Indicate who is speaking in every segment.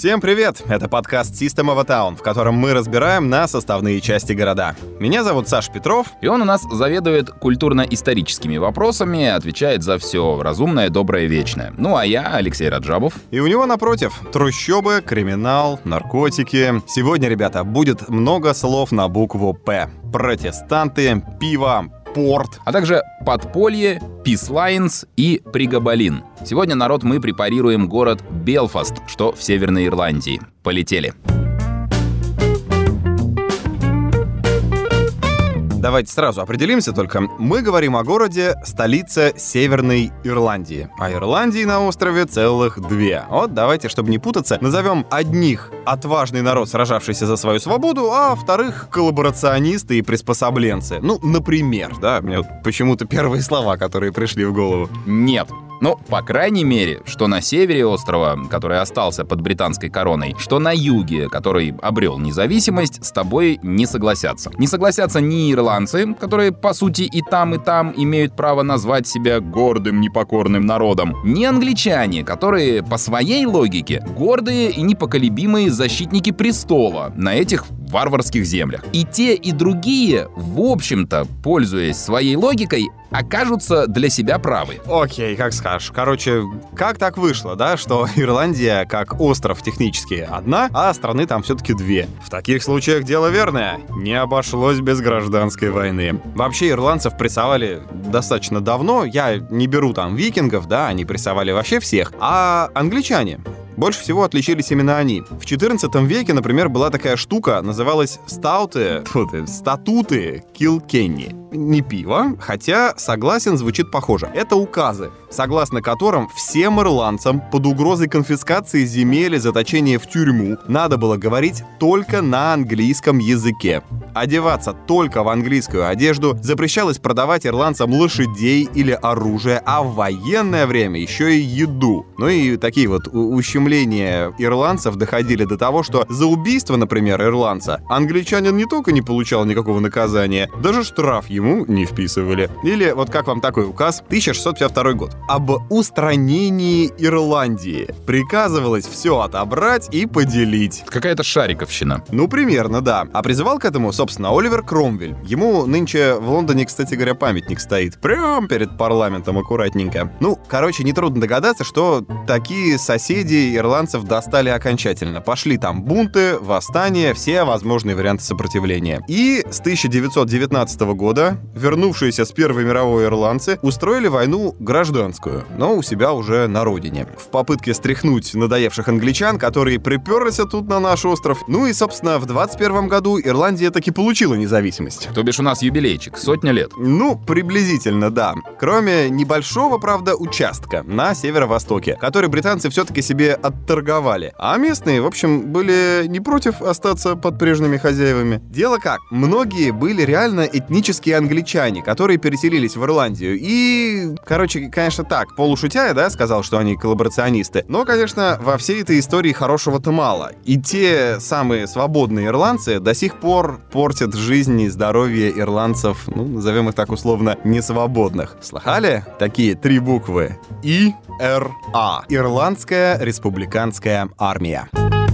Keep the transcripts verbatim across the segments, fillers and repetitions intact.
Speaker 1: Всем привет! Это подкаст System of a Town, в котором мы разбираем на составные части города. Меня зовут Саша Петров.
Speaker 2: И он у нас заведует культурно-историческими вопросами, отвечает за все разумное, доброе, вечное. Ну а я, Алексей Раджабов.
Speaker 1: И у него напротив трущобы, криминал, наркотики. Сегодня, ребята, будет много слов на букву «П». Протестанты, пиво, порт,
Speaker 2: а также подполье, пислайнс и пригабалин. Сегодня, народ, мы препарируем город Белфаст, что в Северной Ирландии. Полетели.
Speaker 1: Давайте сразу определимся только. Мы говорим о городе, столице Северной Ирландии. А Ирландии на острове целых две. Вот давайте, чтобы не путаться, назовем одних отважный народ, сражавшийся за свою свободу, а вторых коллаборационисты и приспособленцы. Ну, например, да, мне вот почему-то первые слова, которые пришли в голову.
Speaker 2: Нет. Ну, по крайней мере, что на севере острова, который остался под британской короной, что на юге, который обрел независимость, с тобой не согласятся. Не согласятся ни ирландцы, которые, по сути, и там, и там имеют право назвать себя гордым, непокорным народом, ни англичане, которые, по своей логике, гордые и непоколебимые защитники престола на этих варварских землях. И те, и другие, в общем-то, пользуясь своей логикой, окажутся для себя правы.
Speaker 1: Окей, как скажешь. Короче, как так вышло, да, что Ирландия, как остров, технически одна, а страны там все-таки две? В таких случаях дело верное. Не обошлось без гражданской войны. Вообще, ирландцев прессовали достаточно давно. Я не беру там викингов, да, они прессовали вообще всех. А англичане? Больше всего отличились именно они. В четырнадцатом веке, например, была такая штука, называлась стауты, статуты Килкенни. Не пиво, хотя, согласен, звучит похоже. Это указы, согласно которым всем ирландцам под угрозой конфискации земель и заточения в тюрьму надо было говорить только на английском языке. Одеваться только в английскую одежду, запрещалось продавать ирландцам лошадей или оружие, а в военное время еще и еду. Ну и такие вот ущемления ирландцев доходили до того, что за убийство, например, ирландца, англичанин не только не получал никакого наказания, даже штраф ему не вписывали. Или вот как вам такой указ, тысяча шестьсот пятьдесят второй год. Об устранении Ирландии. Приказывалось все отобрать и поделить.
Speaker 2: Какая-то шариковщина.
Speaker 1: Ну, примерно, да. А призывал к этому, собственно, Оливер Кромвель. Ему нынче в Лондоне, кстати говоря, памятник стоит. Прям перед парламентом аккуратненько. Ну, короче, нетрудно догадаться, что такие соседи ирландцев достали окончательно. Пошли там бунты, восстания, все возможные варианты сопротивления. И с тысяча девятьсот девятнадцатого года вернувшиеся с Первой мировой ирландцы устроили войну гражданскую, но у себя уже на родине. В попытке стряхнуть надоевших англичан, которые приперлись тут на наш остров. Ну и, собственно, в двадцать первом году Ирландия таки получила независимость.
Speaker 2: То бишь у нас юбилейчик, сотня лет.
Speaker 1: Ну, приблизительно, да. Кроме небольшого, правда, участка на северо-востоке, который британцы все-таки себе отторговали. А местные, в общем, были не против остаться под прежними хозяевами. Дело как? Многие были реально этнические англичане, которые переселились в Ирландию. И, короче, конечно, так, полушутя, да, сказал, что они коллаборационисты. Но, конечно, во всей этой истории хорошего-то мало. И те самые свободные ирландцы до сих пор портят жизнь и здоровье ирландцев, ну, назовем их так условно, несвободных. Слыхали? Такие три буквы. И Р А. Ирландская республиканская армия.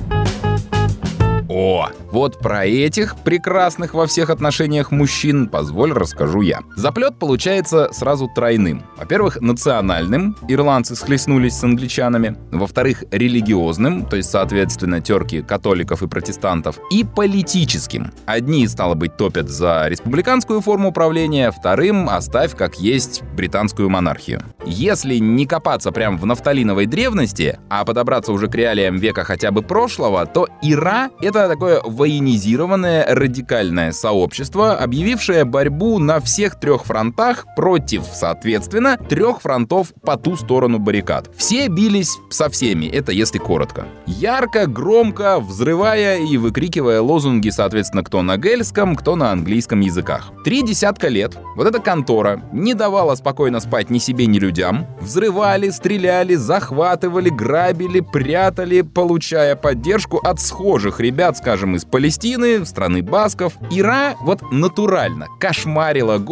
Speaker 2: О, вот про этих прекрасных во всех отношениях мужчин, позволь, расскажу я. Заплет получается сразу тройным. Во-первых, национальным, ирландцы схлестнулись с англичанами. Во-вторых, религиозным, то есть, соответственно, терки католиков и протестантов. И политическим. Одни, стало быть, топят за республиканскую форму правления, вторым оставь как есть британскую монархию. Если не копаться прям в нафталиновой древности, а подобраться уже к реалиям века хотя бы прошлого, то Ира — это такое военизированное радикальное сообщество, объявившее борьбу на всех трех фронтах против, соответственно, трех фронтов по ту сторону баррикад. Все бились со всеми, это если коротко. Ярко, громко, взрывая и выкрикивая лозунги, соответственно, кто на гельском, кто на английском языках. Три десятка лет вот эта контора не давала спокойно спать ни себе, ни людям. Взрывали, стреляли, захватывали, грабили, прятали, получая поддержку от схожих ребят, скажем, из Палестины, страны басков. Ира вот натурально кошмарила город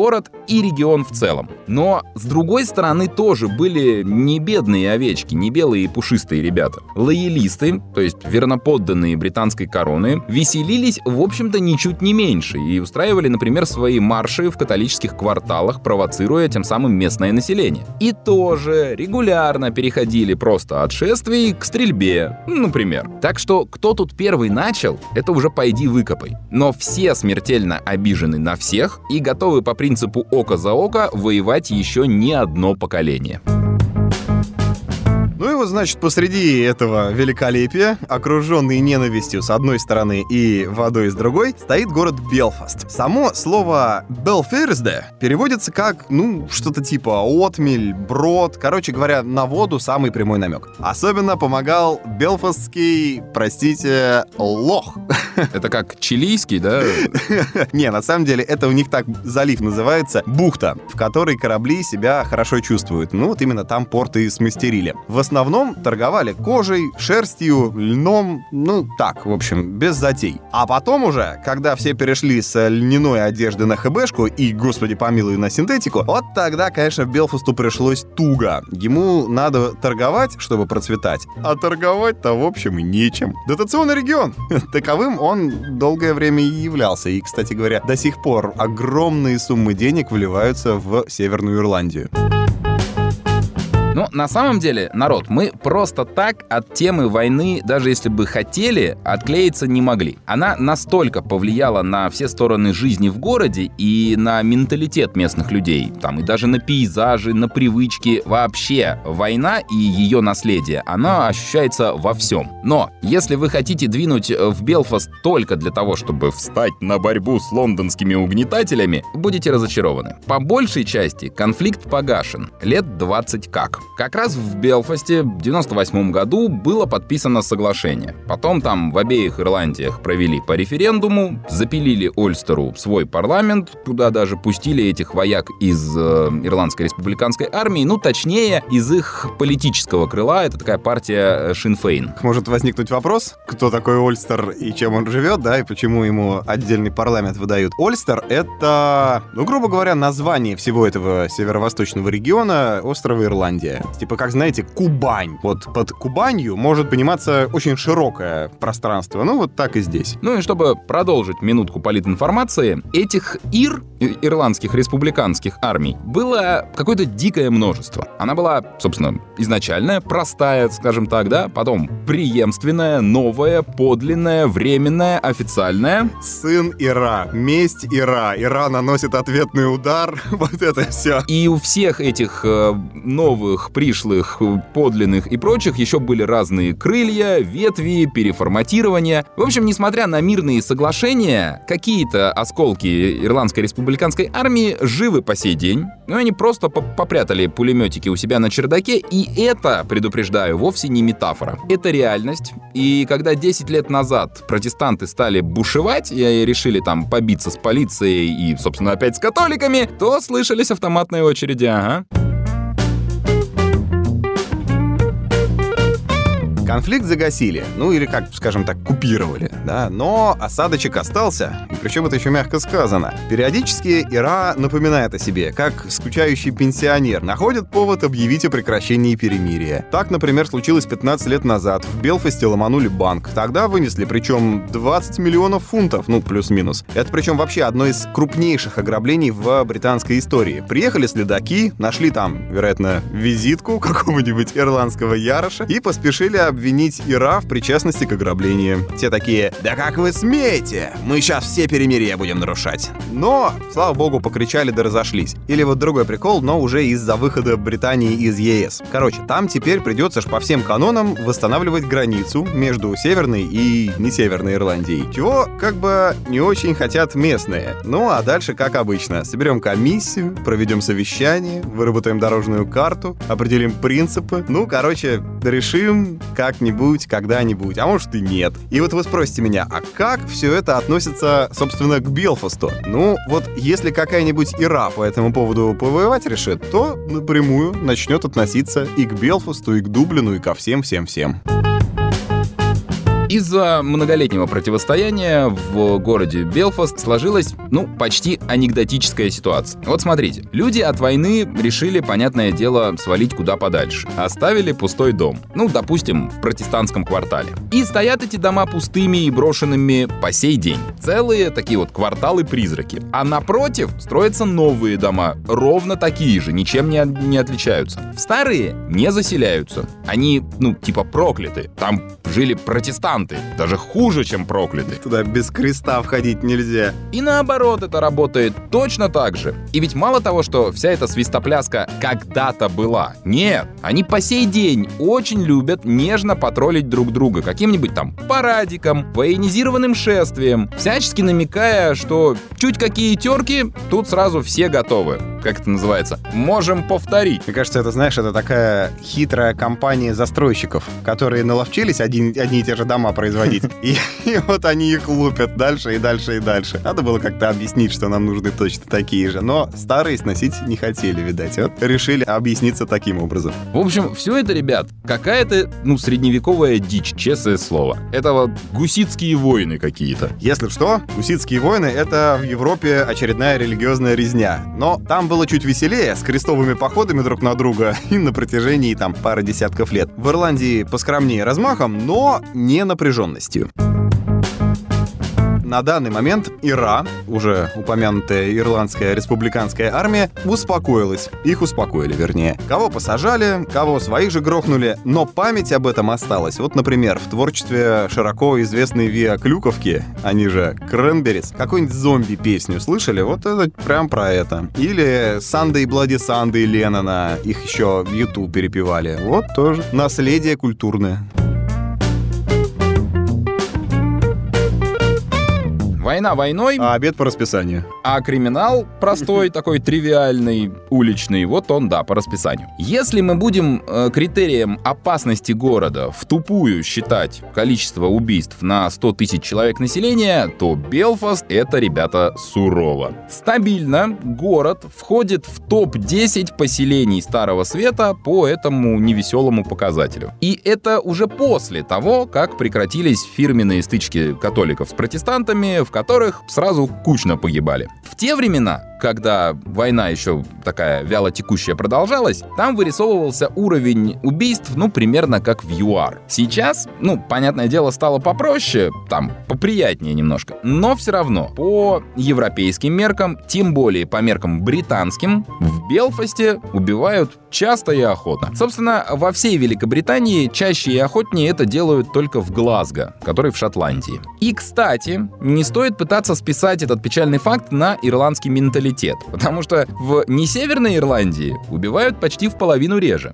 Speaker 2: и регион в целом. Но, с другой стороны, тоже были не бедные овечки, не белые и пушистые ребята. Лоялисты, то есть верноподданные британской короны, веселились, в общем-то, ничуть не меньше и устраивали, например, свои марши в католических кварталах, провоцируя тем самым местное население. И тоже регулярно переходили просто от шествий к стрельбе, например. Так что кто тут первый начал, это уже пойди выкопай. Но все смертельно обижены на всех и готовы по принципу око за око воевать еще не одно поколение.
Speaker 1: Ну и вот, значит, посреди этого великолепия, окруженный ненавистью с одной стороны и водой с другой, стоит город Белфаст. Само слово «Белфирсде» переводится как, ну, что-то типа отмель, брод, короче говоря, на воду самый прямой намек. Особенно помогал белфастский, простите, лох.
Speaker 2: Это как чилийский, да?
Speaker 1: Не, на самом деле, это у них так залив называется, бухта, в которой корабли себя хорошо чувствуют. Ну вот именно там порты и смастерили. В основном торговали кожей, шерстью, льном, ну так, в общем, без затей. А потом уже, когда все перешли с льняной одежды на хэбэшку и, господи помилуй, на синтетику, вот тогда, конечно, Белфасту пришлось туго. Ему надо торговать, чтобы процветать, а торговать-то, в общем, и нечем. Дотационный регион. Таковым он долгое время и являлся. И, кстати говоря, до сих пор огромные суммы денег вливаются в Северную Ирландию.
Speaker 2: Но на самом деле, народ, мы просто так от темы войны, даже если бы хотели, отклеиться не могли. Она настолько повлияла на все стороны жизни в городе и на менталитет местных людей, там и даже на пейзажи, на привычки. Вообще, война и ее наследие, она ощущается во всем. Но если вы хотите двинуть в Белфаст только для того, чтобы встать на борьбу с лондонскими угнетателями, будете разочарованы. По большей части конфликт погашен. Лет двадцать как. Как раз в Белфасте в девяносто восьмом году было подписано соглашение. Потом там в обеих Ирландиях провели по референдуму, запилили Ольстеру свой парламент, куда даже пустили этих вояк из э, Ирландской республиканской армии, ну, точнее, из их политического крыла. Это такая партия Шин Фейн.
Speaker 1: Может возникнуть вопрос, кто такой Ольстер и чем он живет, да, и почему ему отдельный парламент выдают. Ольстер — это, ну, грубо говоря, название всего этого северо-восточного региона острова Ирландия. Типа, как знаете, Кубань. Вот под Кубанью может пониматься очень широкое пространство. Ну, вот так и здесь.
Speaker 2: Ну и чтобы продолжить минутку политинформации, этих ир, ирландских республиканских армий, было какое-то дикое множество. Она была, собственно, изначальная, простая, скажем так, да, потом преемственная, новая, подлинная, временная, официальная.
Speaker 1: Сын Ира, месть Ира, Ира наносит ответный удар, вот это все.
Speaker 2: И у всех этих э, новых, пришлых, подлинных и прочих еще были разные крылья, ветви, переформатирования. В общем, несмотря на мирные соглашения, какие-то осколки Ирландской республиканской армии живы по сей день. Но они просто попрятали пулеметики у себя на чердаке, и это, предупреждаю, вовсе не метафора. Это реальность. И когда десять лет назад протестанты стали бушевать и решили там побиться с полицией и, собственно, опять с католиками, то слышались автоматные очереди, ага.
Speaker 1: Конфликт загасили, ну или, как, скажем так, купировали, да, но осадочек остался, и причем это еще мягко сказано. Периодически Ира напоминает о себе, как скучающий пенсионер находит повод объявить о прекращении перемирия. Так, например, случилось пятнадцать лет назад. В Белфасте ломанули банк. Тогда вынесли, причем двадцать миллионов фунтов, ну, плюс-минус. Это причем вообще одно из крупнейших ограблений в британской истории. Приехали следаки, нашли там, вероятно, визитку какого-нибудь ирландского яроша и поспешили обвинить Ира в причастности к ограблению. Те такие: «Да как вы смеете? Мы сейчас все перемирия будем нарушать». Но, слава богу, покричали да разошлись. Или вот другой прикол, но уже из-за выхода Британии из ЕС. Короче, там теперь придется ж по всем канонам восстанавливать границу между Северной и не Северной Ирландией. Чего как бы не очень хотят местные. Ну а дальше, как обычно, соберем комиссию, проведем совещание, выработаем дорожную карту, определим принципы. Ну, короче, решим как-нибудь, когда-нибудь, а может и нет. И вот вы спросите меня, а как все это относится, собственно, к Белфасту? Ну, вот если какая-нибудь Ира по этому поводу повоевать решит, то напрямую начнет относиться и к Белфасту, и к Дублину, и ко всем-всем-всем.
Speaker 2: Из-за многолетнего противостояния в городе Белфаст сложилась, ну, почти анекдотическая ситуация. Вот смотрите, люди от войны решили, понятное дело, свалить куда подальше. Оставили пустой дом. Ну, допустим, в протестантском квартале. И стоят эти дома пустыми и брошенными по сей день. Целые такие вот кварталы-призраки. А напротив строятся новые дома, ровно такие же, ничем не, не отличаются. В старые не заселяются. Они, ну, типа прокляты. Там жили протестанты. Даже хуже, чем прокляты.
Speaker 1: Туда без креста входить нельзя.
Speaker 2: И наоборот, это работает точно так же. И ведь мало того, что вся эта свистопляска когда-то была. Нет, они по сей день очень любят нежно потроллить друг друга каким-нибудь там парадиком, военизированным шествием, всячески намекая, что чуть какие терки, тут сразу все готовы. Как это называется? Можем повторить.
Speaker 1: Мне кажется, это, знаешь, это такая хитрая компания застройщиков, которые наловчились один, одни и те же дома производить. И, и вот они их лупят дальше и дальше и дальше. Надо было как-то объяснить, что нам нужны точно такие же. Но старые сносить не хотели, видать. Вот решили объясниться таким образом.
Speaker 2: В общем, все это, ребят, какая-то, ну, средневековая дичь, честное слово. Это вот гуситские войны какие-то.
Speaker 1: Если что, гуситские войны — это в Европе очередная религиозная резня. Но там было чуть веселее, с крестовыми походами друг на друга и на протяжении там пары десятков лет. В Ирландии поскромнее размахом, но не напряженностью. На данный момент ИРА, уже упомянутая Ирландская республиканская армия, успокоилась. Их успокоили, вернее. Кого посажали, кого своих же грохнули, но память об этом осталась. Вот, например, в творчестве широко известной Виа Клюковки, они же Кренберис, какую-нибудь зомби-песню слышали? Вот это прям про это. Или Sunday Bloody Sunday Леннона, их еще в YouTube перепевали. Вот тоже наследие культурное.
Speaker 2: Война войной,
Speaker 1: А обед по расписанию.
Speaker 2: а криминал простой, такой тривиальный, уличный, вот он, да, по расписанию. Если мы будем э, критерием опасности города втупую считать количество убийств на сто тысяч человек населения, то Белфаст — это, ребята, сурово. Стабильно город входит в топ десять поселений Старого Света по этому невеселому показателю. И это уже после того, как прекратились фирменные стычки католиков с протестантами, в которых сразу кучно погибали. В те времена, когда война еще такая вялотекущая продолжалась, там вырисовывался уровень убийств, ну, примерно как в ЮАР. Сейчас, ну, понятное дело, стало попроще, там, поприятнее немножко, но все равно, по европейским меркам, тем более по меркам британским, в Белфасте убивают часто и охотно. Собственно, во всей Великобритании чаще и охотнее это делают только в Глазго, который в Шотландии. И, кстати, не стоит пытаться списать этот печальный факт на ирландский менталитет, потому что в не Северной Ирландии убивают почти в половину реже.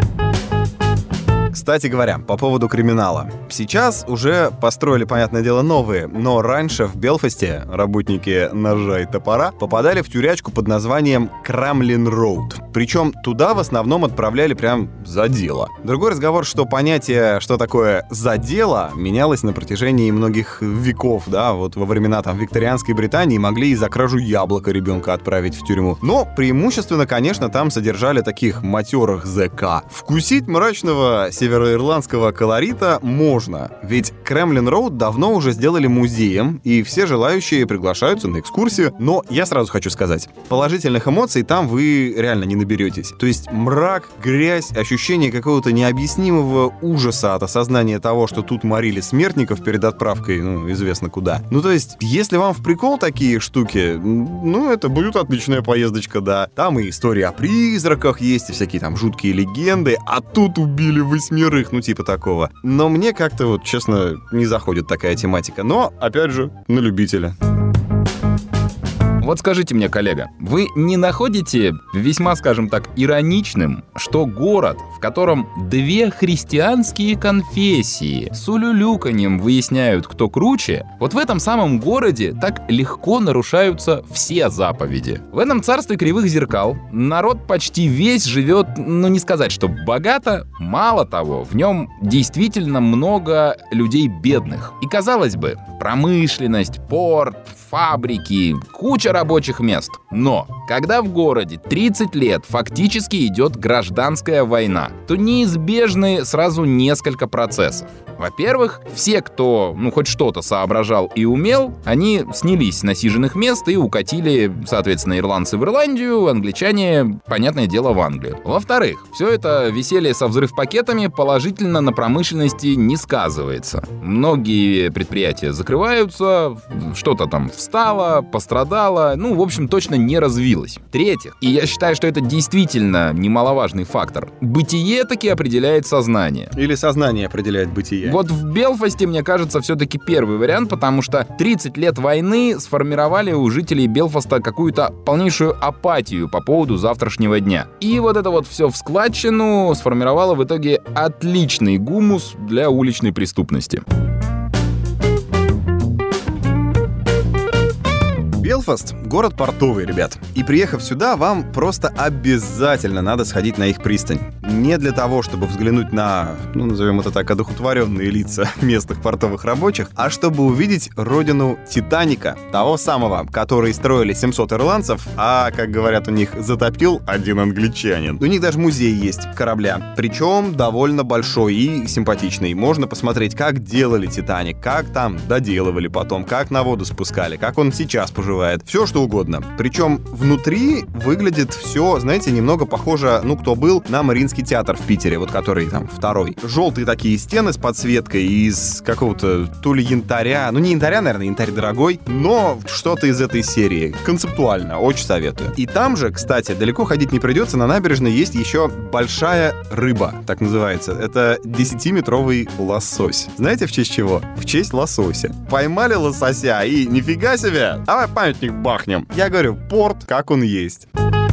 Speaker 1: Кстати говоря, по поводу криминала. Сейчас уже построили, понятное дело, новые, но раньше в Белфасте работники ножа и топора попадали в тюрячку под названием Крамлин Роуд. Причем туда в основном отправляли прям за дело. Другой разговор, что понятие, что такое за дело, менялось на протяжении многих веков, да, вот во времена там викторианской Британии могли и за кражу яблока ребенка отправить в тюрьму. Но преимущественно, конечно, там содержали таких матерых зэка. Вкусить мрачного североирландского колорита можно, ведь Крамлин Роуд давно уже сделали музеем, и все желающие приглашаются на экскурсию, но я сразу хочу сказать, положительных эмоций там вы реально не наберетесь. То есть мрак, грязь, ощущение какого-то необъяснимого ужаса от осознания того, что тут морили смертников перед отправкой, ну, известно куда. Ну, то есть, если вам в прикол такие штуки, ну, это будет отличная поездочка, да. Там и истории о призраках есть, и всякие там жуткие легенды, а тут убили восьмерых, ну, типа такого. Но мне как-то вот, честно, не заходит такая тематика. Но, опять же, на любителя.
Speaker 2: Вот скажите мне, коллега, вы не находите весьма, скажем так, ироничным, что город, в котором две христианские конфессии с улюлюканьем выясняют, кто круче, вот в этом самом городе так легко нарушаются все заповеди? В этом царстве кривых зеркал народ почти весь живет, ну не сказать, что богато, мало того, в нем действительно много людей бедных. И казалось бы, промышленность, порт, фабрики, куча рабочих мест. Но когда в городе тридцать лет фактически идет гражданская война, то неизбежны сразу несколько процессов. Во-первых, все, кто, ну, хоть что-то соображал и умел, они снялись с насиженных мест и укатили, соответственно, ирландцы в Ирландию, англичане, понятное дело, в Англию. Во-вторых, все это веселье со взрывпакетами положительно на промышленности не сказывается. Многие предприятия закрываются, что-то там встало, пострадало, ну, в общем, точно не развилось. В-третьих, и я считаю, что это действительно немаловажный фактор, бытие таки определяет сознание.
Speaker 1: Или сознание определяет бытие.
Speaker 2: Вот в Белфасте, мне кажется, все-таки первый вариант, потому что тридцать лет войны сформировали у жителей Белфаста какую-то полнейшую апатию по поводу завтрашнего дня. И вот это вот все в складчину сформировало в итоге отличный гумус для уличной преступности.
Speaker 1: Белфаст — город портовый, ребят. И приехав сюда, вам просто обязательно надо сходить на их пристань. Не для того, чтобы взглянуть на, ну, назовем это так, одухотворенные лица местных портовых рабочих, а чтобы увидеть родину Титаника, того самого, который строили семьсот ирландцев, а, как говорят у них, затопил один англичанин. У них даже музей есть корабля, причем довольно большой и симпатичный. Можно посмотреть, как делали Титаник, как там доделывали потом, как на воду спускали, как он сейчас поживает. Все, что угодно. Причем внутри выглядит все, знаете, немного похоже, ну, кто был, на Мариинский театр в Питере, вот который там второй. Желтые такие стены с подсветкой из какого-то то ли янтаря, ну, не янтаря, наверное, янтарь дорогой, но что-то из этой серии. Концептуально, очень советую. И там же, кстати, далеко ходить не придется, на набережной есть еще большая рыба, так называется. Это десятиметровый лосось. Знаете, в честь чего? В честь лосося. Поймали лосося и нифига себе, давай памятник бахнем. Я говорю, порт, как он есть.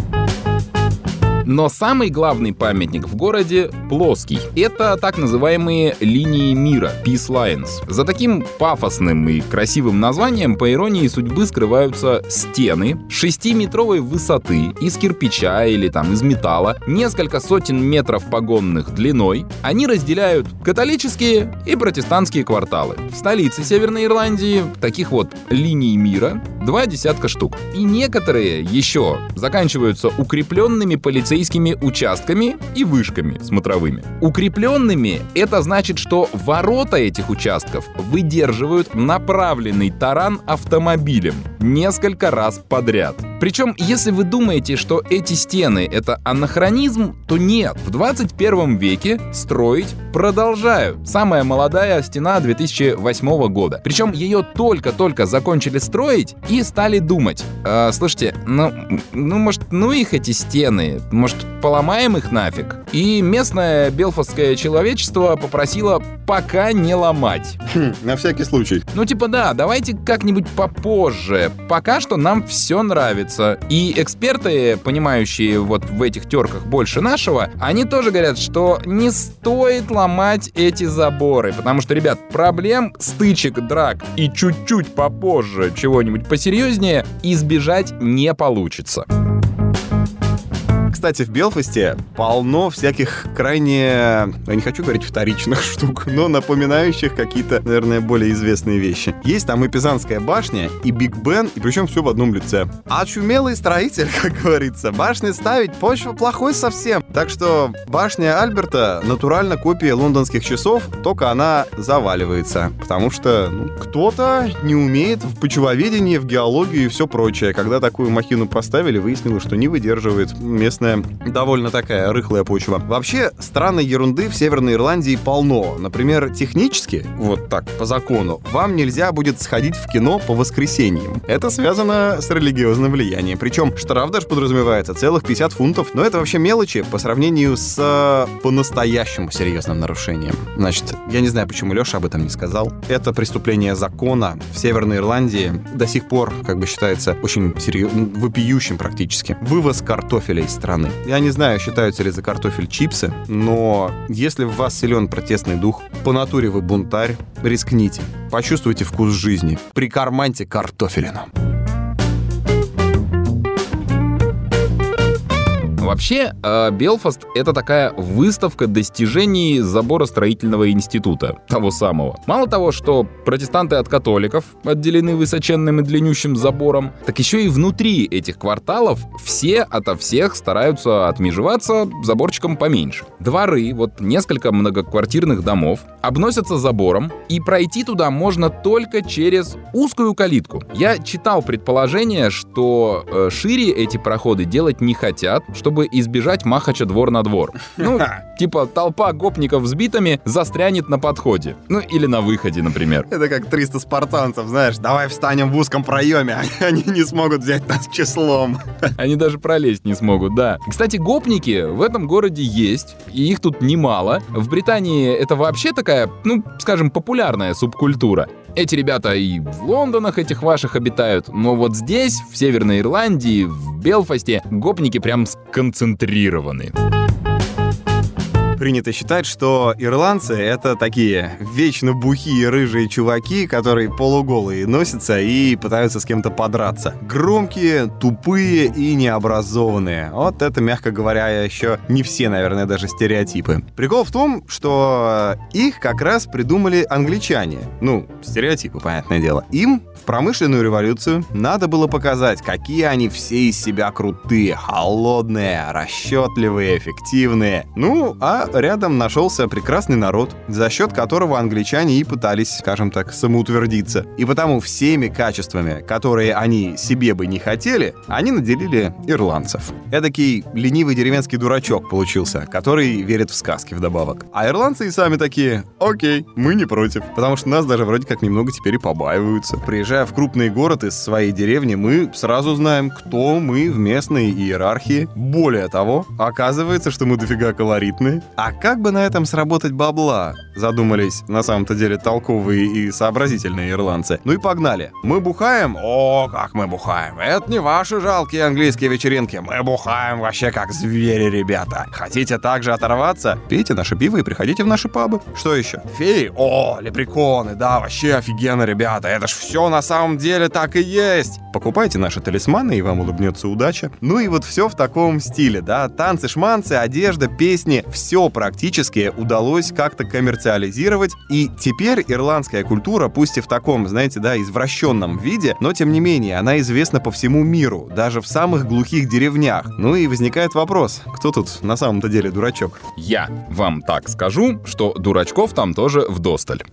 Speaker 2: Но самый главный памятник в городе плоский. Это так называемые линии мира, Peace Lines. За таким пафосным и красивым названием, по иронии судьбы, скрываются стены шестиметровой высоты из кирпича или там из металла, несколько сотен метров погонных длиной. Они разделяют католические и протестантские кварталы. В столице Северной Ирландии таких вот линий мира два десятка штук. И некоторые еще заканчиваются укрепленными полицейскими участками и вышками смотровыми. Укрепленными — это значит, что ворота этих участков выдерживают направленный таран автомобилем несколько раз подряд. Причем, если вы думаете, что эти стены — это анахронизм, то нет. В двадцать первом веке строить продолжают. Самая молодая стена две тысячи восьмого года. Причем ее только-только закончили строить и стали думать. Э, слушайте, ну, ну, может, ну их эти стены, может, поломаем их нафиг? И местное белфастское человечество попросило пока не ломать.
Speaker 1: Хм, на всякий случай.
Speaker 2: Ну, типа, да, давайте как-нибудь попозже. Пока что нам все нравится. И эксперты, понимающие вот в этих терках больше нашего, они тоже говорят, что не стоит ломать эти заборы. Потому что, ребят, проблем, стычек, драк и чуть-чуть попозже чего-нибудь посерьезнее избежать не получится.
Speaker 1: Кстати, в Белфасте полно всяких крайне, я не хочу говорить вторичных штук, но напоминающих какие-то, наверное, более известные вещи. Есть там и Пизанская башня, и Биг Бен, и причем все в одном лице. Очумелый строитель, как говорится. Башни ставить, почва плохой совсем. Так что башня Альберта натурально копия лондонских часов, только она заваливается. Потому что ну, кто-то не умеет в почвоведении, в геологию и все прочее. Когда такую махину поставили, выяснилось, что не выдерживает местная довольно такая рыхлая почва. Вообще, странной ерунды в Северной Ирландии полно. Например, технически, вот так, по закону, вам нельзя будет сходить в кино по воскресеньям. Это связано с религиозным влиянием. Причем штраф даже подразумевается целых пятьдесят фунтов. Но это вообще мелочи по сравнению с по-настоящему серьезным нарушением. Значит, я не знаю, почему Леша об этом не сказал. Это преступление закона в Северной Ирландии до сих пор, как бы считается, очень серьезным, вопиющим практически. Вывоз картофеля из страны. Я не знаю, считаются ли за картофель чипсы, но если в вас силен протестный дух, по натуре вы бунтарь, рискните. Почувствуйте вкус жизни. Прикарманьте картофелину.
Speaker 2: Вообще, Белфаст — это такая выставка достижений заборостроительного института, того самого. Мало того, что протестанты от католиков отделены высоченным и длиннющим забором, так еще и внутри этих кварталов все ото всех стараются отмежеваться заборчиком поменьше. Дворы, вот несколько многоквартирных домов, обносятся забором, и пройти туда можно только через узкую калитку. Я читал предположение, что э, шире эти проходы делать не хотят, чтобы избежать махача двор на двор. Ну, типа толпа гопников с битами застрянет на подходе. Ну, или на выходе, например.
Speaker 1: Это как триста спартанцев, знаешь, давай встанем в узком проеме, они не смогут взять нас числом.
Speaker 2: Они даже пролезть не смогут, да. Кстати, гопники в этом городе есть, и их тут немало. В Британии это вообще такая, ну, скажем, популярная субкультура. Эти ребята и в Лондонах этих ваших обитают, но вот здесь, в Северной Ирландии, в Белфасте, гопники прям сконцентрированы.
Speaker 1: Принято считать, что ирландцы — это такие вечно бухие рыжие чуваки, которые полуголые носятся и пытаются с кем-то подраться. Громкие, тупые и необразованные. Вот это, мягко говоря, еще не все, наверное, даже стереотипы. Прикол в том, что их как раз придумали англичане. Ну, стереотипы, понятное дело. Им в промышленную революцию надо было показать, какие они все из себя крутые, холодные, расчетливые, эффективные. Ну, а рядом нашелся прекрасный народ, за счет которого англичане и пытались, скажем так, самоутвердиться. И потому всеми качествами, которые они себе бы не хотели, они наделили ирландцев. Эдакий ленивый деревенский дурачок получился, который верит в сказки вдобавок. А ирландцы и сами такие: окей, мы не против, потому что нас даже вроде как немного теперь и побаиваются. Приезжая в крупный город из своей деревни, мы сразу знаем, кто мы в местной иерархии. Более того, оказывается, что мы дофига колоритные. А как бы на этом сработать бабла? Задумались на самом-то деле толковые и сообразительные ирландцы. Ну и погнали. Мы бухаем? О, как мы бухаем. Это не ваши жалкие английские вечеринки. Мы бухаем вообще как звери, ребята. Хотите также оторваться? Пейте наше пиво и приходите в наши пабы. Что еще? Феи? О, лепреконы, да, вообще офигенно, ребята. Это ж все на самом деле так и есть. Покупайте наши талисманы, и вам улыбнется удача. Ну и вот все в таком стиле, да. Танцы-шманцы, одежда, песни. Все практически удалось как-то коммерциализировать. И теперь ирландская культура, пусть и в таком, знаете, да, извращенном виде, но тем не менее она известна по всему миру, даже в самых глухих деревнях. Ну и возникает вопрос, кто тут на самом-то деле дурачок?
Speaker 2: Я вам так скажу, что дурачков там тоже вдосталь.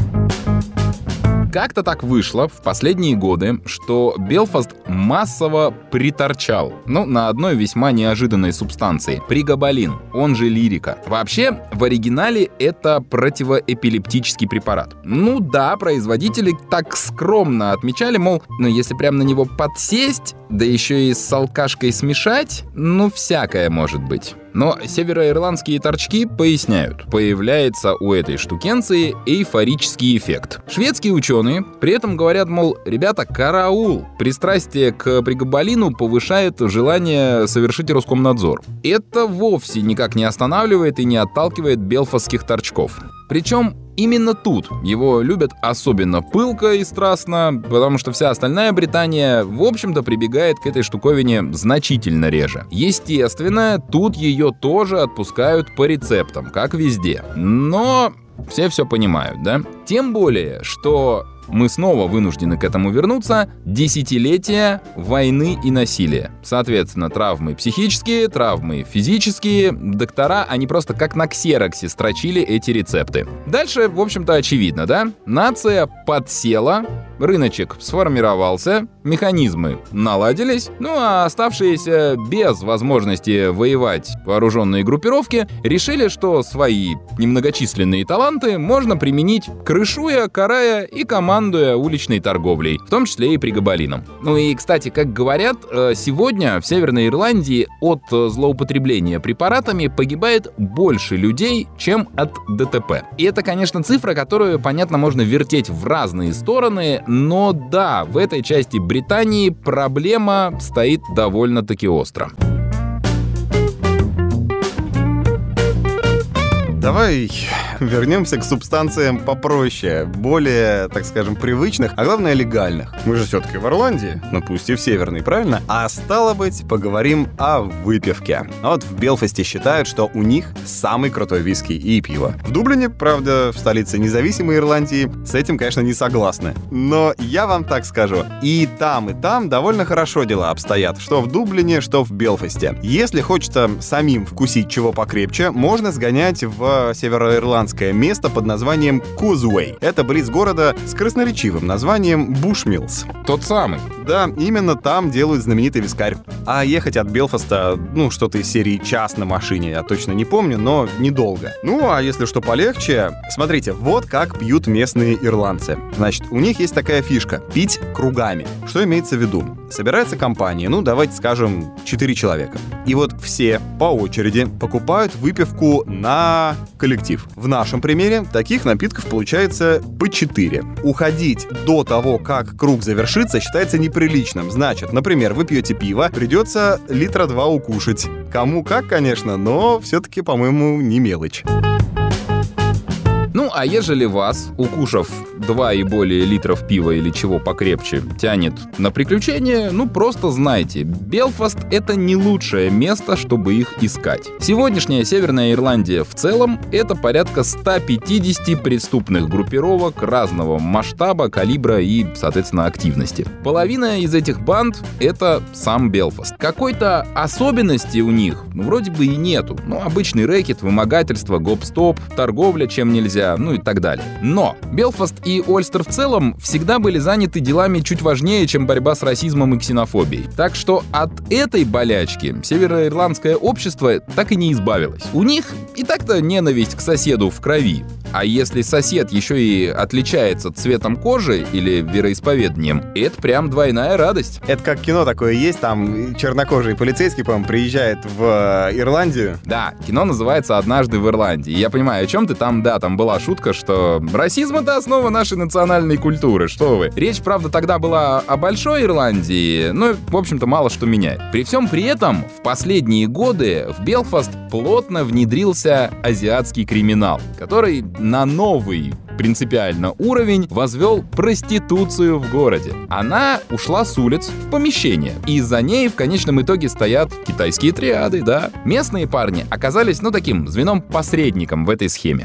Speaker 2: Как-то так вышло в последние годы, что Белфаст массово приторчал, ну, на одной весьма неожиданной субстанции — пригабалин, он же лирика. Вообще, в оригинале это противоэпилептический препарат. Ну да, производители так скромно отмечали, мол, ну если прям на него подсесть, да еще и с алкашкой смешать, ну всякое может быть. Но североирландские торчки поясняют, появляется у этой штукенции эйфорический эффект. Шведские ученые при этом говорят, мол, ребята, караул, пристрастие к пригабалину повышает желание совершить Роскомнадзор. Это вовсе никак не останавливает и не отталкивает белфастских торчков. Причем именно тут его любят особенно пылко и страстно, потому что вся остальная Британия, в общем-то, прибегает к этой штуковине значительно реже. Естественно, тут ее тоже отпускают по рецептам, как везде. Но все все понимают, да? Тем более, что мы снова вынуждены к этому вернуться. Десятилетия войны и насилия. Соответственно, травмы психические, травмы физические. Доктора, они просто как на ксероксе строчили эти рецепты. Дальше, в общем-то, очевидно, да? Нация подсела, рыночек сформировался, механизмы наладились, ну а оставшиеся без возможности воевать вооруженные группировки решили, что свои немногочисленные таланты можно применить, крышуя, карая и командуя уличной торговлей, в том числе и пригабалином. Ну и, кстати, как говорят, сегодня в Северной Ирландии от злоупотребления препаратами погибает больше людей, чем от ДТП. И это, конечно, цифра, которую, понятно, можно вертеть в разные стороны, но да, в этой части Британии проблема стоит довольно-таки остро.
Speaker 1: Давай вернемся к субстанциям попроще, более, так скажем, привычных, а главное легальных. Мы же все-таки в Ирландии, ну пусть и в Северной, правильно? А стало быть, поговорим о выпивке. А вот в Белфасте считают, что у них самый крутой виски и пиво. В Дублине, правда, в столице независимой Ирландии, с этим, конечно, не согласны. Но я вам так скажу, и там, и там довольно хорошо дела обстоят, что в Дублине, что в Белфасте. Если хочется самим вкусить чего покрепче, можно сгонять в североирландское место под названием Causeway. Это близ города с красноречивым названием Бушмиллс.
Speaker 2: Тот самый.
Speaker 1: Да, именно там делают знаменитый вискарь. А ехать от Белфаста, ну, что-то из серии «Час на машине», я точно не помню, но недолго. Ну, а если что полегче, смотрите, вот как пьют местные ирландцы. Значит, у них есть такая фишка — пить кругами. Что имеется в виду? Собирается компания, ну, давайте скажем, четыре человека. И вот все по очереди покупают выпивку на коллектив. В нашем примере таких напитков получается по четыре. Уходить до того, как круг завершится, считается неприличным. Значит, например, вы пьете пиво, придется литра два укушать. Кому как, конечно, но все-таки, по-моему, не мелочь.
Speaker 2: Ну, а ежели вас, укушав два и более литров пива или чего покрепче, тянет на приключения, ну, просто знайте, Белфаст — это не лучшее место, чтобы их искать. Сегодняшняя Северная Ирландия в целом — это порядка ста пятидесяти преступных группировок разного масштаба, калибра и, соответственно, активности. Половина из этих банд — это сам Белфаст. Какой-то особенности у них, ну, вроде бы и нету. Ну, обычный рэкет, вымогательство, гоп-стоп, торговля чем нельзя, ну и так далее. Но Белфаст и Ольстер в целом всегда были заняты делами чуть важнее, чем борьба с расизмом и ксенофобией. Так что от этой болячки североирландское общество так и не избавилось. У них и так-то ненависть к соседу в крови. А если сосед еще и отличается цветом кожи или вероисповеданием, это прям двойная радость.
Speaker 1: Это как кино такое есть, там чернокожий полицейский, по-моему, приезжает в Ирландию.
Speaker 2: Да, кино называется «Однажды в Ирландии». Я понимаю, о чем ты там, да, там была шутка, что расизм — это основа нашей национальной культуры, что вы. Речь, правда, тогда была о большой Ирландии, но, в общем-то, мало что меняет. При всем при этом, в последние годы в Белфаст плотно внедрился азиатский криминал, который на новый принципиально уровень возвел проституцию в городе. Она ушла с улиц в помещение, и за ней в конечном итоге стоят китайские триады, да. Местные парни оказались, ну, таким звеном-посредником в этой схеме.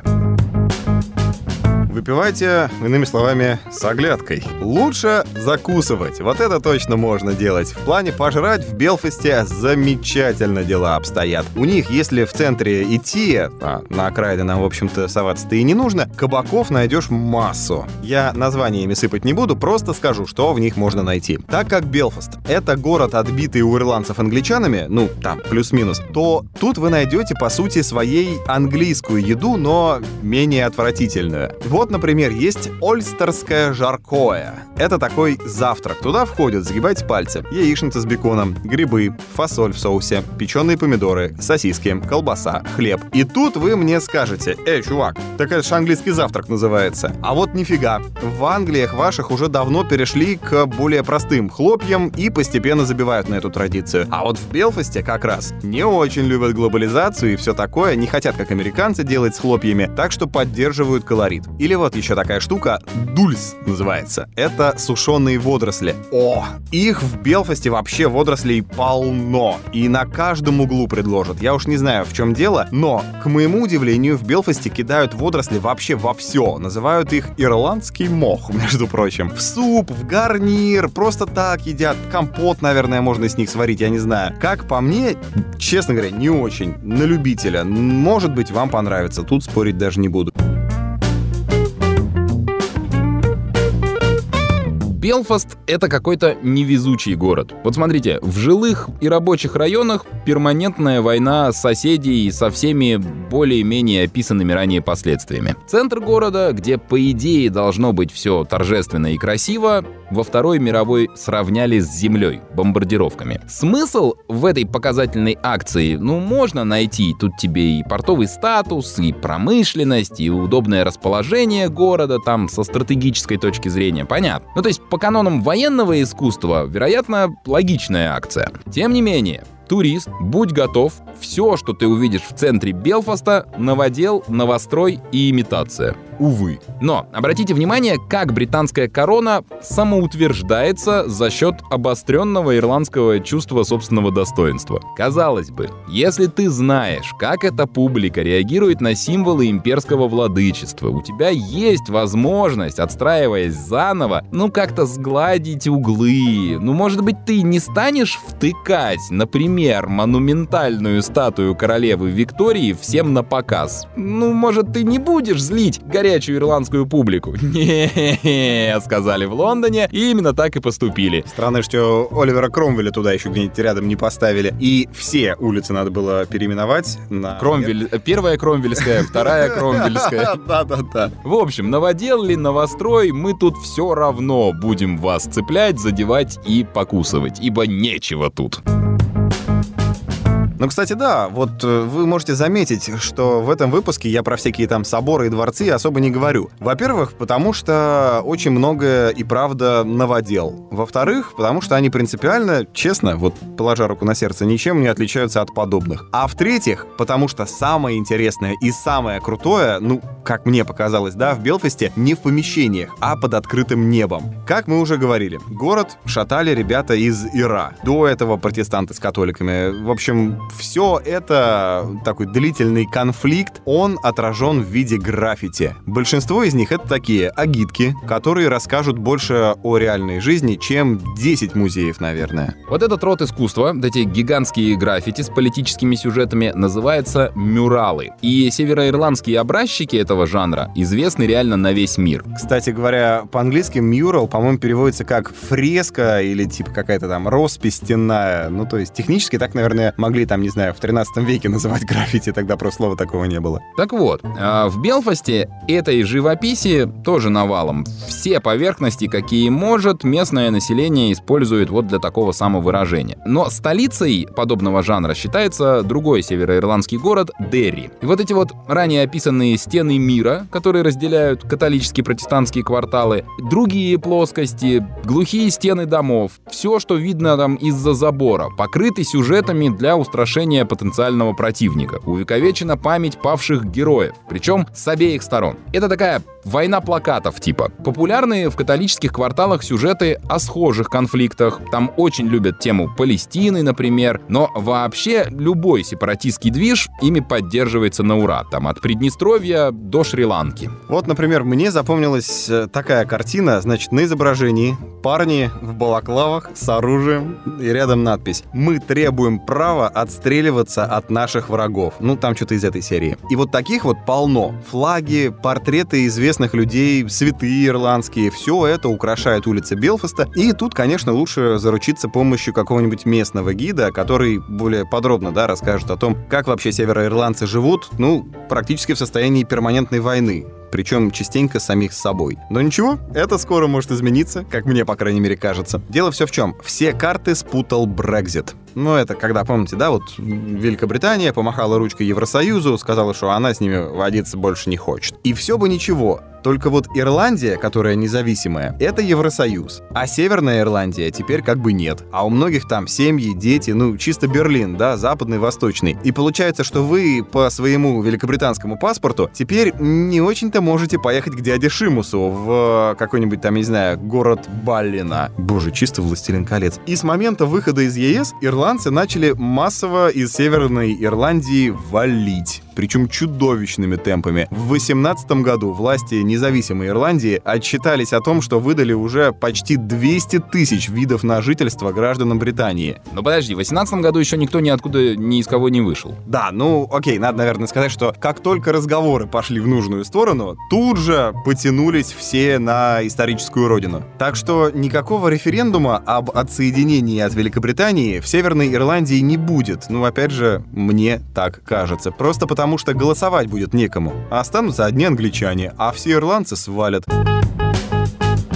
Speaker 1: Выпивайте, иными словами, с оглядкой. Лучше закусывать. Вот это точно можно делать. В плане пожрать в Белфасте замечательно дела обстоят. У них, если в центре идти, а на окраины нам, в общем-то, соваться-то и не нужно, кабаков найдешь массу. Я названиями сыпать не буду, просто скажу, что в них можно найти. Так как Белфаст — это город, отбитый у ирландцев англичанами, ну, там, плюс-минус, то тут вы найдете, по сути, своей английскую еду, но менее отвратительную. Вот, например, есть ольстерское жаркое. Это такой завтрак. Туда входят, загибайте пальцы, яичница с беконом, грибы, фасоль в соусе, печеные помидоры, сосиски, колбаса, хлеб. И тут вы мне скажете: «Эй, чувак, так это же английский завтрак называется». А вот нифига. В Англиях ваших уже давно перешли к более простым хлопьям и постепенно забивают на эту традицию. А вот в Белфасте как раз не очень любят глобализацию и все такое, не хотят, как американцы, делать с хлопьями, так что поддерживают колорит. Или вот еще такая штука, дульс называется. Это сушеные водоросли. О, их в Белфасте вообще водорослей полно. И на каждом углу предложат. Я уж не знаю, в чем дело, но, к моему удивлению, в Белфасте кидают водоросли вообще во все. Называют их ирландский мох, между прочим. В суп, в гарнир, просто так едят. Компот, наверное, можно из них сварить, я не знаю. Как по мне, честно говоря, не очень. На любителя. Может быть, вам понравится. Тут спорить даже не буду.
Speaker 2: Белфаст — это какой-то невезучий город. Вот смотрите, в жилых и рабочих районах перманентная война соседей со всеми более-менее описанными ранее последствиями. Центр города, где, по идее, должно быть все торжественно и красиво, во Второй мировой сравняли с землей бомбардировками. Смысл в этой показательной акции, ну, можно найти. Тут тебе и портовый статус, и промышленность, и удобное расположение города там со стратегической точки зрения, понятно. Ну, то есть, по канонам военного искусства, вероятно, логичная акция. Тем не менее, турист, будь готов, все, что ты увидишь в центре Белфаста, новодел, новострой и имитация. Увы. Но обратите внимание, как британская корона самоутверждается за счет обостренного ирландского чувства собственного достоинства. Казалось бы, если ты знаешь, как эта публика реагирует на символы имперского владычества, у тебя есть возможность, отстраиваясь заново, ну как-то сгладить углы. Ну, может быть, ты не станешь втыкать, например, монументальную статую королевы Виктории всем на показ. Ну, может, ты не будешь злить горячую ирландскую публику. Не, сказали в Лондоне, и именно так и поступили.
Speaker 1: Странно, что Оливера Кромвеля туда еще где-нибудь рядом не поставили. И все улицы надо было переименовать на...
Speaker 2: Кромвель. Первая Кромвельская, вторая Кромвельская.
Speaker 1: Да-да-да.
Speaker 2: В общем, новодел ли, новострой, мы тут все равно будем вас цеплять, задевать и покусывать, ибо нечего тут.
Speaker 1: Ну, кстати, да, вот вы можете заметить, что в этом выпуске я про всякие там соборы и дворцы особо не говорю. Во-первых, потому что очень много и правда новодел. Во-вторых, потому что они принципиально, честно, вот положа руку на сердце, ничем не отличаются от подобных. А в-третьих, потому что самое интересное и самое крутое, ну, как мне показалось, да, в Белфасте не в помещениях, а под открытым небом. Как мы уже говорили, город шатали ребята из Ира. До этого протестанты с католиками. В общем, все это, такой длительный конфликт, он отражен в виде граффити. Большинство из них это такие агитки, которые расскажут больше о реальной жизни, чем десять музеев, наверное.
Speaker 2: Вот этот род искусства, эти гигантские граффити с политическими сюжетами, называется мюралы. И североирландские образчики этого жанра известны реально на весь мир.
Speaker 1: Кстати говоря, по-английски мюрал, по-моему, переводится как фреска или типа какая-то там роспись стенная. Ну, то есть технически так, наверное, могли там, не знаю, в тринадцатом веке называть граффити, тогда просто слова такого не было.
Speaker 2: Так вот, в Белфасте этой живописи тоже навалом. Все поверхности, какие может, местное население использует вот для такого самовыражения. Но столицей подобного жанра считается другой североирландский город Дерри. И вот эти вот ранее описанные стены мира, которые разделяют католические и протестантские кварталы, другие плоскости, глухие стены домов, все, что видно там из-за забора, покрыты сюжетами для устрашения потенциального противника. Увековечена память павших героев, причем с обеих сторон. Это такая война плакатов типа. Популярные в католических кварталах сюжеты о схожих конфликтах. Там очень любят тему Палестины, например. Но вообще любой сепаратистский движ ими поддерживается на ура. Там от Приднестровья до Шри-Ланки.
Speaker 1: Вот, например, мне запомнилась такая картина. Значит, на изображении парни в балаклавах с оружием и рядом надпись «Мы требуем права отстреливаться от наших врагов». Ну, там что-то из этой серии. И вот таких вот полно. Флаги, портреты известных людей, святые ирландские, все это украшает улицы Белфаста. И тут, конечно, лучше заручиться помощью какого-нибудь местного гида, который более подробно, да, расскажет о том, как вообще североирландцы живут, ну, практически в состоянии перманентной войны. Причем частенько самих с собой. Но ничего, это скоро может измениться, как мне, по крайней мере, кажется. Дело все в чем. Все карты спутал Брексит. Ну, это когда, помните, да, вот Великобритания помахала ручкой Евросоюзу, сказала, что она с ними водиться больше не хочет. И все бы ничего. Только вот Ирландия, которая независимая, это Евросоюз. А Северная Ирландия теперь как бы нет. А у многих там семьи, дети, ну, чисто Берлин, да, западный, восточный. И получается, что вы по своему великобританскому паспорту теперь не очень-то можете поехать к дяде Шимусу в какой-нибудь там, не знаю, город Баллина. Боже, чисто «Властелин колец». И с момента выхода из ЕС ирландцы начали массово из Северной Ирландии валить. Причем чудовищными темпами. В восемнадцатом году власти независимой Ирландии отчитались о том, что выдали уже почти двести тысяч видов на жительство гражданам Британии.
Speaker 2: Но подожди, в восемнадцатом году еще никто ниоткуда ни из кого не вышел.
Speaker 1: Да, ну окей, надо, наверное, сказать, что как только разговоры пошли в нужную сторону, тут же потянулись все на историческую родину. Так что никакого референдума об отсоединении от Великобритании в Северной Ирландии не будет. Ну, опять же, мне так кажется. Просто потому Потому что голосовать будет некому. А останутся одни англичане, а все ирландцы свалят.
Speaker 2: Ну,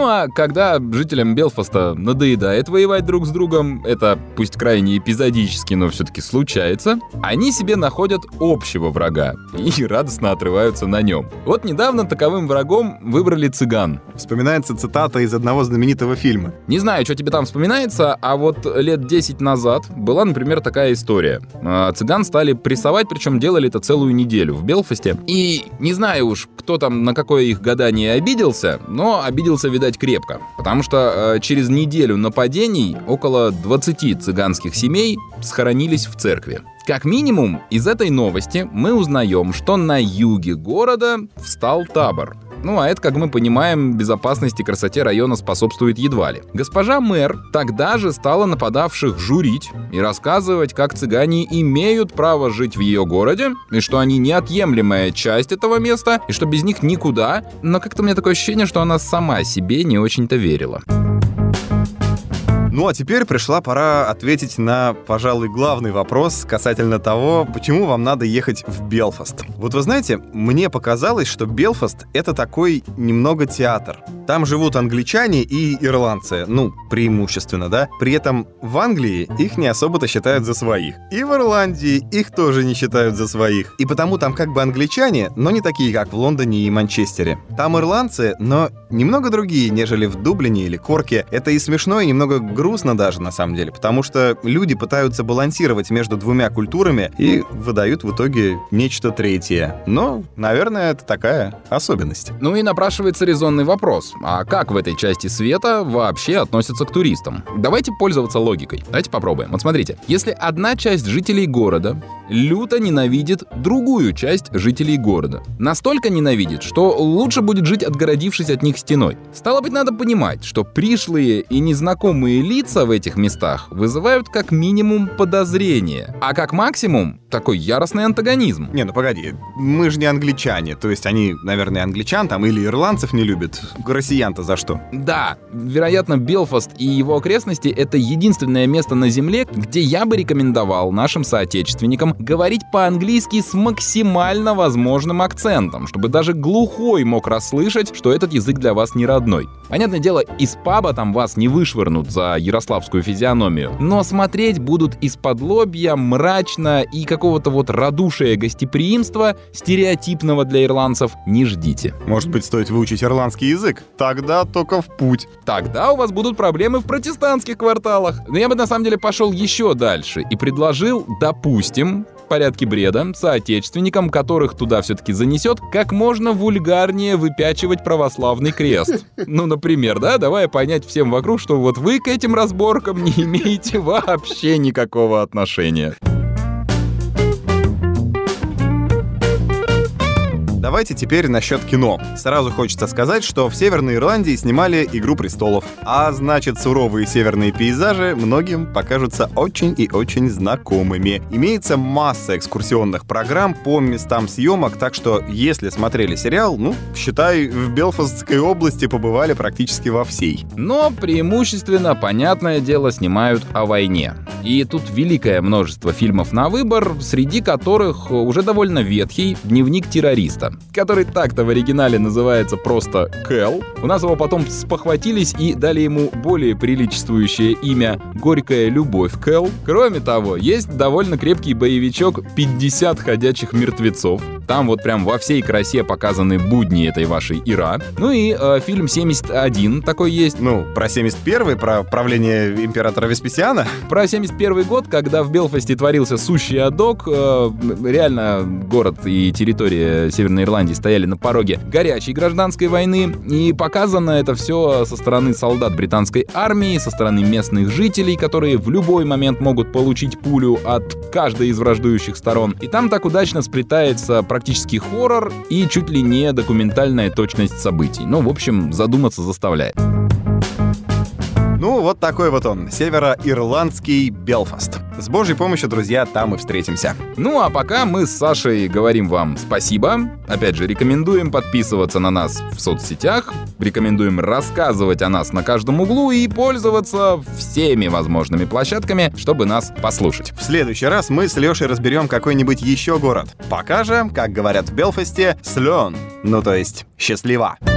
Speaker 2: Ну а когда жителям Белфаста надоедает воевать друг с другом, это пусть крайне эпизодически, но все-таки случается, они себе находят общего врага и радостно отрываются на нем. Вот недавно таковым врагом выбрали цыган.
Speaker 1: Вспоминается цитата из одного знаменитого фильма.
Speaker 2: Не знаю, что тебе там вспоминается, а вот лет десять назад была, например, такая история. Цыган стали прессовать, причем делали это целую неделю в Белфасте. И не знаю уж, кто там на какое их гадание обиделся, но обиделся, видать, крепко. Потому что э, через неделю нападений около двадцати цыганских семей схоронились в церкви. Как минимум, из этой новости мы узнаем, что на юге города встал табор. Ну, а это, как мы понимаем, безопасности и красоте района способствует едва ли. Госпожа мэр тогда же стала нападавших журить и рассказывать, как цыгане имеют право жить в ее городе, и что они неотъемлемая часть этого места, и что без них никуда. Но как-то у меня такое ощущение, что она сама себе не очень-то верила.
Speaker 1: Ну а теперь пришла пора ответить на, пожалуй, главный вопрос касательно того, почему вам надо ехать в Белфаст. Вот вы знаете, мне показалось, что Белфаст — это такой немного театр. Там живут англичане и ирландцы, ну, преимущественно, да? При этом в Англии их не особо-то считают за своих. И в Ирландии их тоже не считают за своих. И потому там как бы англичане, но не такие, как в Лондоне и Манчестере. Там ирландцы, но немного другие, нежели в Дублине или Корке. Это и смешно, и немного грустно даже, на самом деле, потому что люди пытаются балансировать между двумя культурами и выдают в итоге нечто третье. Но, наверное, это такая особенность.
Speaker 2: Ну и напрашивается резонный вопрос. А как в этой части света вообще относятся к туристам? Давайте пользоваться логикой. Давайте попробуем. Вот смотрите. Если одна часть жителей города люто ненавидит другую часть жителей города, настолько ненавидит, что лучше будет жить, отгородившись от них стеной. Стало быть, надо понимать, что пришлые и незнакомые лица в этих местах вызывают как минимум подозрение, а как максимум такой яростный антагонизм.
Speaker 1: Не, ну погоди, мы же не англичане, то есть они, наверное, англичан там или ирландцев не любят. Россиян-то за что?
Speaker 2: Да, вероятно, Белфаст и его окрестности — это единственное место на Земле, где я бы рекомендовал нашим соотечественникам говорить по-английски с максимально возможным акцентом, чтобы даже глухой мог расслышать, что этот язык для вас не родной. Понятное дело, из паба там вас не вышвырнут за ярославскую физиономию, но смотреть будут из-под лобья, мрачно, и какого-то вот радушия, гостеприимства, стереотипного для ирландцев, не ждите.
Speaker 1: Может быть, стоит выучить ирландский язык? Тогда только в путь.
Speaker 2: Тогда у вас будут проблемы в протестантских кварталах. Но я бы на самом деле пошел еще дальше и предложил, допустим, в порядке бреда, соотечественникам, которых туда все-таки занесет, как можно вульгарнее выпячивать православный крест. Ну, например, да, давая понять всем вокруг, что вот вы к этим разборкам не имеете вообще никакого отношения.
Speaker 1: Давайте теперь насчет кино. Сразу хочется сказать, что в Северной Ирландии снимали «Игру престолов», а значит, суровые северные пейзажи многим покажутся очень и очень знакомыми. Имеется масса экскурсионных программ по местам съемок, так что, если смотрели сериал, ну, считай, в Белфастской области побывали практически во всей.
Speaker 2: Но преимущественно, понятное дело, снимают о войне. И тут великое множество фильмов на выбор, среди которых уже довольно ветхий «Дневник террориста», который так-то в оригинале называется просто «Кэл». У нас его потом спохватились и дали ему более приличествующее имя «Горькая любовь Кэл». Кроме того, есть довольно крепкий боевичок «пятьдесят ходячих мертвецов». Там вот прям во всей красе показаны будни этой вашей Ира. Ну и э, фильм «семьдесят один» такой есть.
Speaker 1: Ну, про семьдесят первый, про правление императора Веспасиана.
Speaker 2: Про семьдесят первый год, когда в Белфасте творился сущий адок. Э, реально город и территория Северной Ирландии стояли на пороге горячей гражданской войны. И показано это все со стороны солдат британской армии, со стороны местных жителей, которые в любой момент могут получить пулю от каждой из враждующих сторон. И там так удачно сплетается практически хоррор и чуть ли не документальная точность событий. Ну, в общем, задуматься заставляет.
Speaker 1: Ну, вот такой вот он, североирландский Белфаст. С Божьей помощью, друзья, там и встретимся.
Speaker 2: Ну, а пока мы с Сашей говорим вам спасибо. Опять же, рекомендуем подписываться на нас в соцсетях, рекомендуем рассказывать о нас на каждом углу и пользоваться всеми возможными площадками, чтобы нас послушать.
Speaker 1: В следующий раз мы с Лешей разберем какой-нибудь еще город. Пока же, как говорят в Белфасте, слён, ну то есть счастливо.